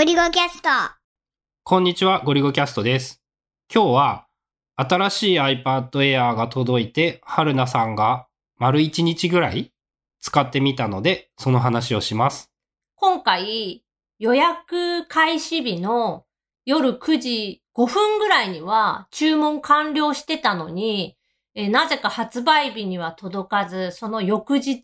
リゴキャスト。 こんにちは、ゴリゴキャストです。今日は新しい iPad Air が届いて、春菜さんが丸1日ぐらい使ってみたので、その話をします。 今回予約開始日の夜9時5分ぐらいには注文完了してたのに、なぜか発売日には届かず、その翌日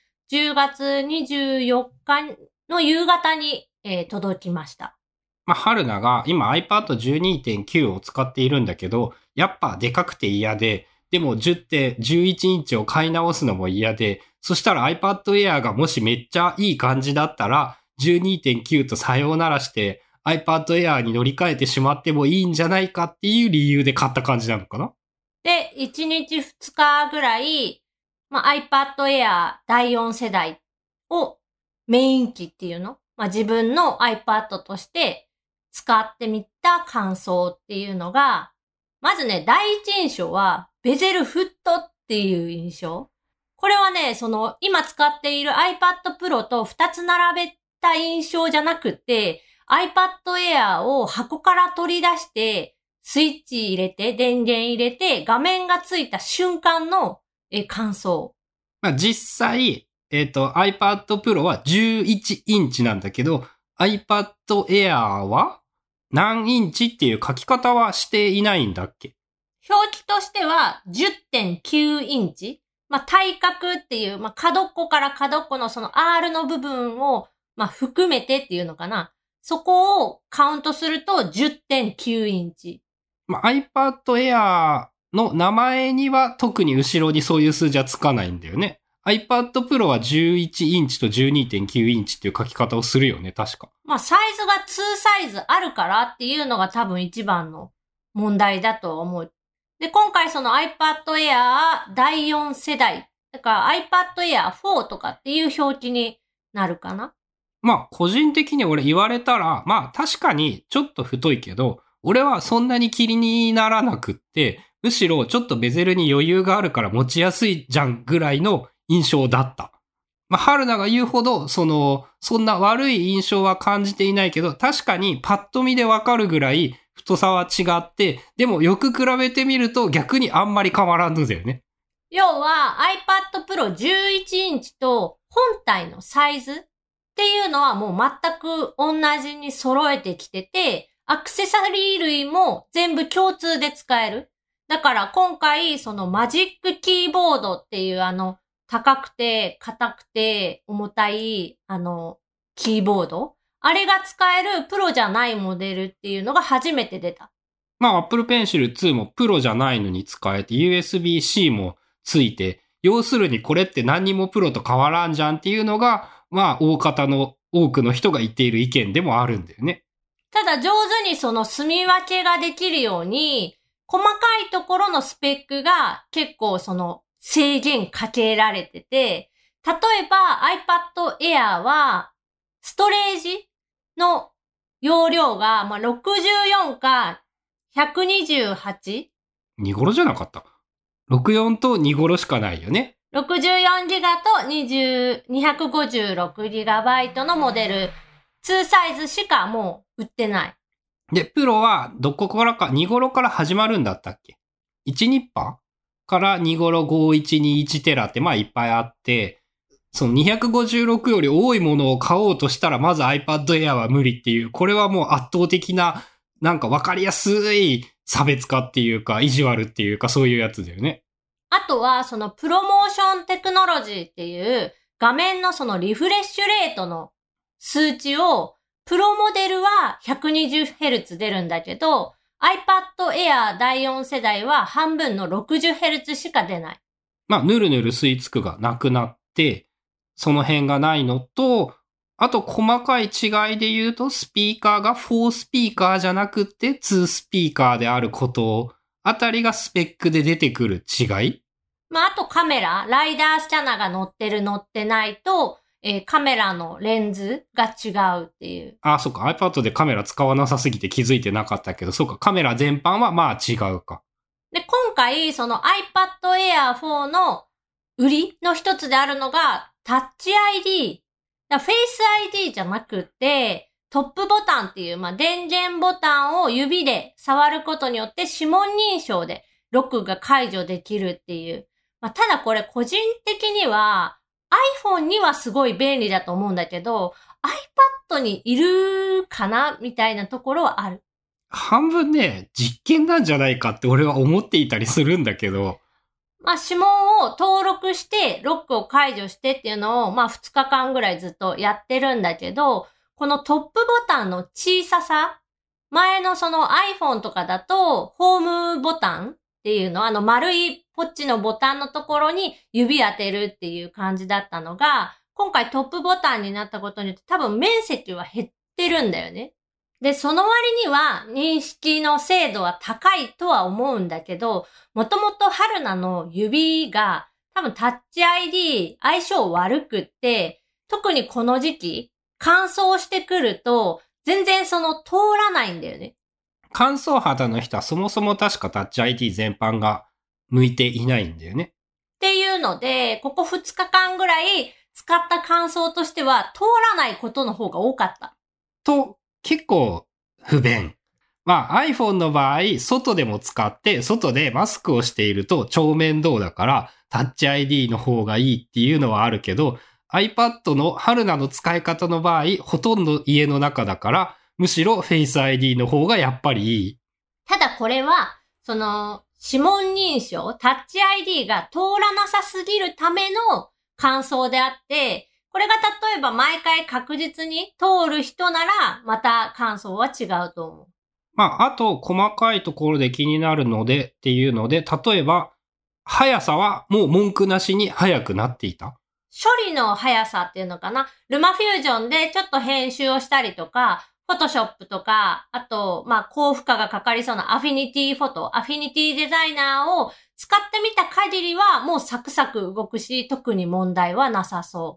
10月24日の夕方に、届きました。 春菜が今 iPad 12.9 を使っているんだけど、やっぱでかくて嫌で、でも11インチを買い直すのも嫌で、そしたら iPad Air がもしめっちゃいい感じだったら、12.9 とさようならして iPad Air に乗り換えてしまってもいいんじゃないかっていう理由で買った感じなのかな？ で、1日2日ぐらい、iPad Air 第4世代をメイン機っていうの？自分の iPad として使ってみた感想っていうのが、まずね、第一印象はベゼルフットっていう印象。これはね、今使っている iPad Pro と2つ並べた印象じゃなくて、iPad Air を箱から取り出して、スイッチ入れて、電源入れて、画面がついた瞬間の感想。 実際、iPad Pro は11インチなんだけど、iPad Air は何インチっていう書き方はしていないんだっけ？ 表記としては 10.9 インチ。対角っていう、角っこから角っこのその R の部分を、含めてっていうのかな。そこをカウントすると 10.9 インチ。 iPad Air の名前には特に後ろにそういう数字はつかないんだよね。iPad Pro は11インチと 12.9 インチっていう書き方をするよね、確か。 サイズが2サイズあるからっていうのが多分一番の問題だと思う。で、今回その iPad Air 第4世代。だから iPad Air 4とかっていう表記になるかな？ 個人的に俺言われたら、確かにちょっと太いけど、俺はそんなに気にならなくって、むしろちょっとベゼルに余裕があるから持ちやすいじゃんぐらいの印象だった。春菜が言うほど、そんな悪い印象は感じていないけど、確かにパッと見でわかるぐらい太さは違って、でもよく比べてみると逆にあんまり変わらんのだよね。 要は iPad Pro 11インチと本体のサイズっていうのはもう全く同じに揃えてきてて、アクセサリー類も全部共通で使える。だから今回そのマジックキーボードっていう高くて硬くて重たいキーボード、あれが使えるプロじゃないモデルっていうのが初めて出た。 Apple Pencil 2もプロじゃないのに使えて USB-C もついて、要するにこれって何にもプロと変わらんじゃんっていうのが、多くの人が言っている意見でもあるんだよね。 ただ上手にその住み分けができるように、細かいところのスペックが結構制限かけられてて、例えば iPad Air はストレージの容量が64か128？ 2頃じゃなかった。64と2頃しかないよね。 64ギガと256ギガバイトのモデル2サイズしかもう売ってない。 で、プロはどこからか2頃から始まるんだったっけ？ 1 ニッパーから2頃5121テラっていっぱいあって、その256より多いものを買おうとしたらまず iPad Air は無理っていう、これはもう圧倒的なわかりやすい差別化っていうか意地悪っていうかそういうやつだよね。 あとはそのプロモーションテクノロジーっていう画面のそのリフレッシュレートの数値をプロモデルは 120Hz 出るんだけど iPad Air 第4世代は半分の 60Hz しか出ない。 ぬるぬる吸い付くがなくなって、その辺がないのと、あと細かい違いで言うとスピーカーが4スピーカーじゃなくて2スピーカーであることあたりがスペックで出てくる違い？ あとカメラ、ライダースキャナが乗ってる乗ってないと、カメラのレンズが違うっていう。 そっか。iPad でカメラ使わなさすぎて気づいてなかったけど、そうか。カメラ全般は違うか。 で、今回、その iPad Air 4の売りの一つであるのが、タッチ ID。フェイス ID じゃなくて、 トップボタンっていう、電源ボタンを指で触ることによって指紋認証でロックが解除できるっていう。ただこれ個人的には iPhone にはすごい便利だと思うんだけど、iPad にいるかなみたいなところはある。 半分ね、実験なんじゃないかって俺は思っていたりするんだけど。 指紋を登録して、ロックを解除してっていうのを、2日間ぐらいずっとやってるんだけど、このトップボタンの小ささ、前のその iPhone とかだと、ホームボタンっていうの、丸いポッチのボタンのところに指当てるっていう感じだったのが、今回トップボタンになったことによって多分面積は減ってるんだよね。で、その割には認識の精度は高いとは思うんだけど、もともと春菜の指が多分タッチ ID 相性悪くって、特にこの時期乾燥してくると全然その通らないんだよね。 乾燥肌の人はそもそも確かタッチ ID 全般が向いていないんだよね。 っていうので、ここ2日間ぐらい使った感想としては通らないことの方が多かった。 と、結構不便。iPhone の場合、外でも使って、外でマスクをしていると超面倒だから、タッチ ID の方がいいっていうのはあるけど、iPad の春菜の使い方の場合、ほとんど家の中だから、むしろ Face ID の方がやっぱりいい。 ただこれは、その、指紋認証、タッチ ID が通らなさすぎるための感想であって、これが例えば毎回確実に通る人なら、また感想は違うと思う。 あと、細かいところで気になるのでっていうので、例えば、速さはもう文句なしに速くなっていた？ 処理の速さっていうのかな。ルマフュージョンでちょっと編集をしたりとか、フォトショップとか、あと、高負荷がかかりそうなアフィニティフォト、アフィニティデザイナーを使ってみた限りはもうサクサク動くし、特に問題はなさそう。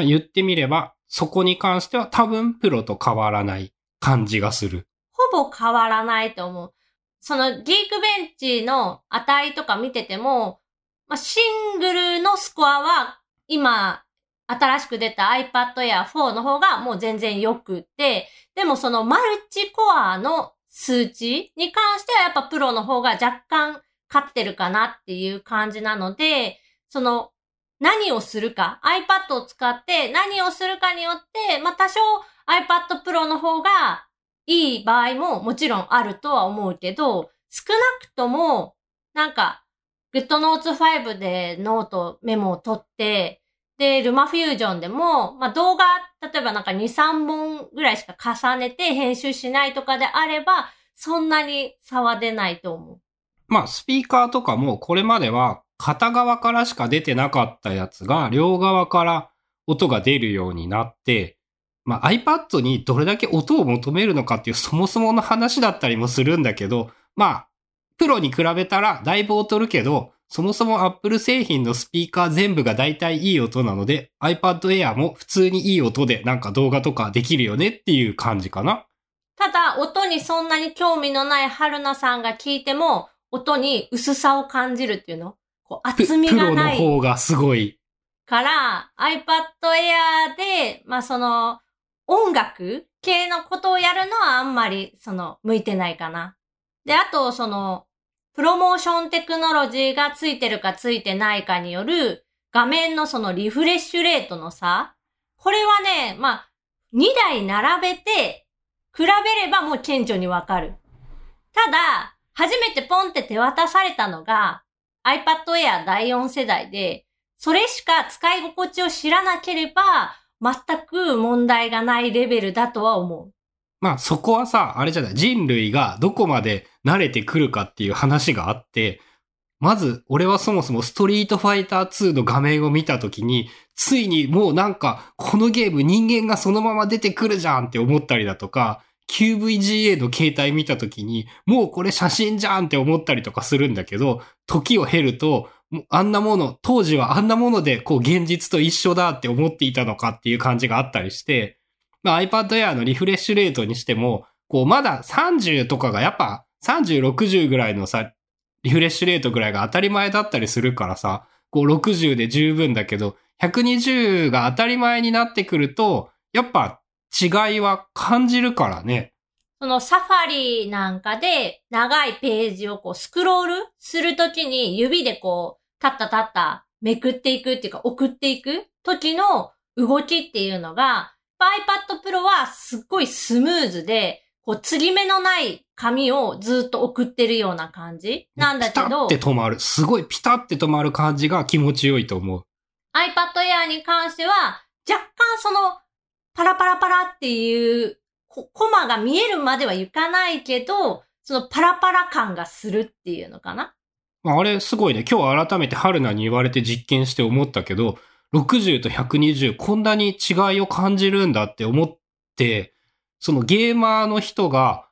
言ってみれば、そこに関しては多分プロと変わらない感じがする。 ほぼ変わらないと思う。そのギークベンチの値とか見てても、シングルのスコアは今新しく出た iPad Air 4の方がもう全然良くて、でもそのマルチコアの数値に関してはやっぱプロの方が若干勝ってるかなっていう感じなので、その何をするか、iPad を使って何をするかによって、多少 iPad Pro の方がいい場合ももちろんあるとは思うけど、少なくとも、GoodNotes 5でノートメモを取って、で、ルマフュージョンでも、動画、例えば2、3本ぐらいしか重ねて編集しないとかであれば、そんなに差は出ないと思う。スピーカーとかもこれまでは片側からしか出てなかったやつが両側から音が出るようになって、iPad にどれだけ音を求めるのかっていうそもそもの話だったりもするんだけど、プロに比べたらだいぶ劣るけど、そもそも Apple 製品のスピーカー全部がだいたいいい音なので、iPad Air も普通にいい音で動画とかできるよねっていう感じかな。 ただ、音にそんなに興味のない春菜さんが聞いても、音に薄さを感じるっていうの？厚みがない。 プロの方がすごい。 から、iPad Air で、その、音楽系のことをやるのはあんまり、向いてないかな。で、あと、プロモーションテクノロジーがついてるかついてないかによる画面のリフレッシュレートの差。これはね、2台並べて比べればもう顕著にわかる。ただ、初めてポンって手渡されたのが iPad Air 第4世代で、それしか使い心地を知らなければ全く問題がないレベルだとは思う。 そこはさ、あれじゃない、人類がどこまで慣れてくるかっていう話があって、まず、俺はそもそもストリートファイター2の画面を見たときに、ついにもうこのゲーム人間がそのまま出てくるじゃんって思ったりだとか、QVGA の携帯見たときに、もうこれ写真じゃんって思ったりとかするんだけど、時を経ると、あんなもの、当時はあんなもので現実と一緒だって思っていたのかっていう感じがあったりして、iPad Air のリフレッシュレートにしても、まだ30とかがやっぱ30、60ぐらいのさ、リフレッシュレートぐらいが当たり前だったりするからさ、60で十分だけど、120が当たり前になってくると、やっぱ違いは感じるからね。 そのサファリなんかで長いページをこうスクロールするときに指でこう、タッタタッタめくっていくっていうか送っていく時の動きっていうのが、iPad Pro はすっごいスムーズで、こう、継ぎ目のない紙をずっと送ってるような感じなんだけど、 ピタって止まる。すごいピタって止まる感じが気持ちよいと思う。 iPad Air に関しては、若干その、パラパラパラっていうコマが見えるまではいかないけど、そのパラパラ感がするっていうのかな。 あれすごいね。今日改めて春菜に言われて実験して思ったけど、60と120こんなに違いを感じるんだって思って、そのゲーマーの人が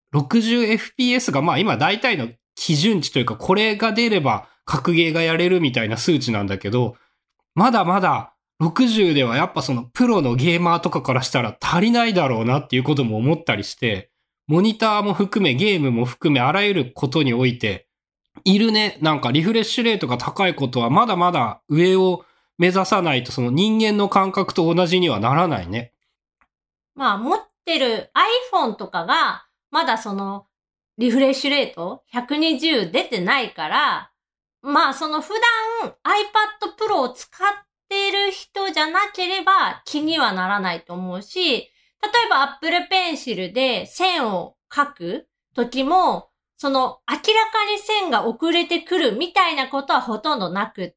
60fps がまあ今大体の基準値というかこれが出れば格ゲーがやれるみたいな数値なんだけど、まだまだ60ではやっぱそのプロのゲーマーとかからしたら足りないだろうなっていうことも思ったりして、モニターも含めゲームも含めあらゆることにおいて、いるね。なんかリフレッシュレートが高いことはまだまだ上を目指さないとその人間の感覚と同じにはならないね。 まあ持ってる iPhone とかがまだそのリフレッシュレート120出てないから、まあその普段 iPad Pro を使ってる人じゃなければ気にはならないと思うし、例えば Apple Pencil で線を描く時も、その明らかに線が遅れてくるみたいなことはほとんどなくって、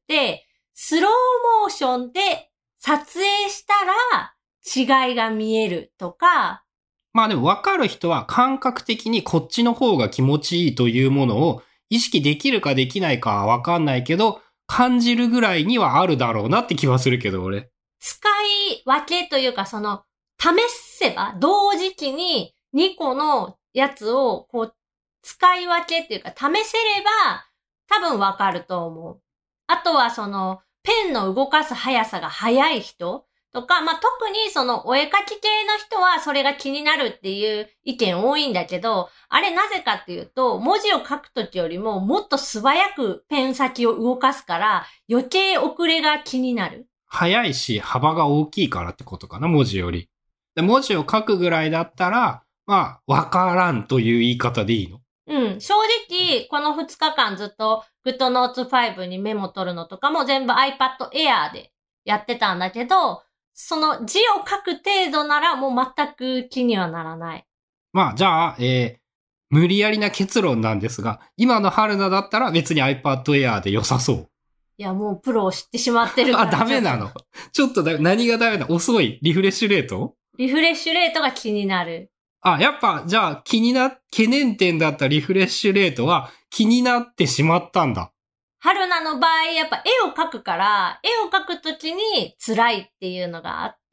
スローモーションで撮影したら違いが見えるとか。 まあでも分かる人は感覚的にこっちの方が気持ちいいというものを意識できるかできないかは分かんないけど、感じるぐらいにはあるだろうなって気はするけど俺。 使い分けというかその試せば同時期に2個のやつをこう使い分けっていうか試せれば多分わかると思う。あとはそのペンの動かす速さが速い人とか、まあ、特にそのお絵描き系の人はそれが気になるっていう意見多いんだけど、あれなぜかっていうと文字を書くときよりももっと素早くペン先を動かすから余計遅れが気になる。 速いし幅が大きいからってことかな、文字より。で文字を書くぐらいだったら、まあ、わからんという言い方でいいの？ うん。正直、この2日間ずっと GoodNotes 5にメモ取るのとかも全部 iPad Air でやってたんだけど、その字を書く程度ならもう全く気にはならない。 まあ、じゃあ、無理やりな結論なんですが、今の春菜だったら別に iPad Air で良さそう。 いや、もうプロを知ってしまってるから。 あ、ダメなの？ちょっと何がダメなの？遅い？リフレッシュレート？ リフレッシュレートが気になる。 あ、やっぱ、じゃあ懸念点だったリフレッシュレートは気になってしまったんだ。 春菜の場合、やっぱ絵を描くから、絵を描くときに辛いっていうのがあって、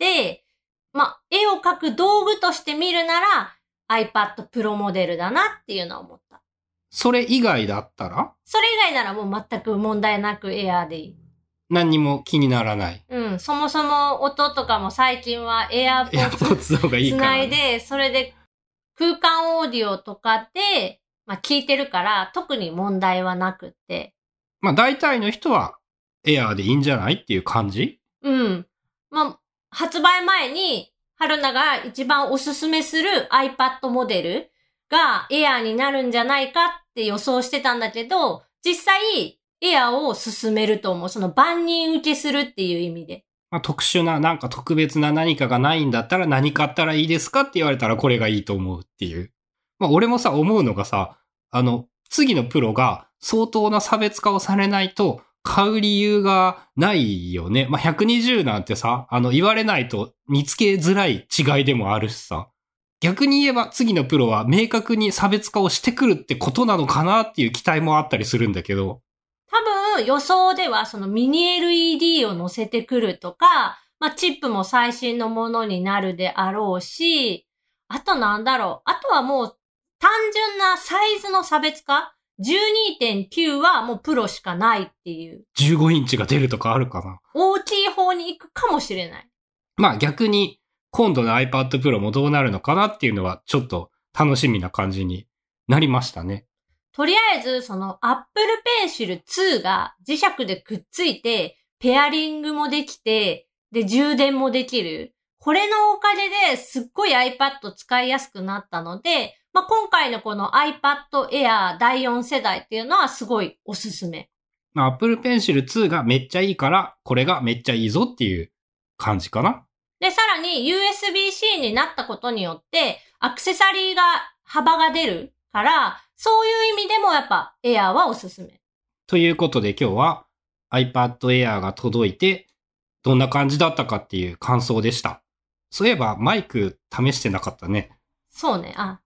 まあ、絵を描く道具として見るなら iPad Pro モデルだなっていうのは思った。 それ以外だったら？ それ以外ならもう全く問題なく Air でいい。 何にも気にならない。 うん、そもそも音とかも最近は AirPods の方がいいつから、 ないで、それで空間オーディオとかで、まあ聞いてるから特に問題はなくって。 まあ大体の人は Air でいいんじゃないっていう感じ？ うん。まあ、発売前に春菜が一番おすすめする iPad モデルが Air になるんじゃないかって予想してたんだけど、実際Air を勧めると思う。その万人受けするっていう意味で。 まあ特殊な、なんか特別な何かがないんだったら何買ったらいいですかって言われたらこれがいいと思うっていう。まあ俺もさ、思うのがさ、次のプロが相当な差別化をされないと買う理由がないよね。まあ120なんてさ、言われないと見つけづらい違いでもあるしさ。逆に言えば次のプロは明確に差別化をしてくるってことなのかなっていう期待もあったりするんだけど。 多分予想ではそのミニ LED を乗せてくるとか、まあチップも最新のものになるであろうし、あとなんだろう。あとはもう単純なサイズの差別化 12.9 はもうプロしかないっていう。 15インチが出るとかあるかな。 大きい方に行くかもしれない。 まあ逆に今度の iPad Pro もどうなるのかなっていうのはちょっと楽しみな感じになりましたね。 とりあえず、その Apple Pencil 2が磁石でくっついて、ペアリングもできて、で、充電もできる。 これのおかげですっごい iPad 使いやすくなったので、まあ、今回のこの iPad Air 第4世代っていうのはすごいおすすめ。 まあ Apple Pencil 2がめっちゃいいから、これがめっちゃいいぞっていう感じかな。 で、さらに USB-C になったことによって、アクセサリーが幅が出るから、そういう意味でもやっぱ Air はおすすめ。 ということで今日は iPad Air が届いて、どんな感じだったかっていう感想でした。そういえばマイク試してなかったね。 そうね。あ、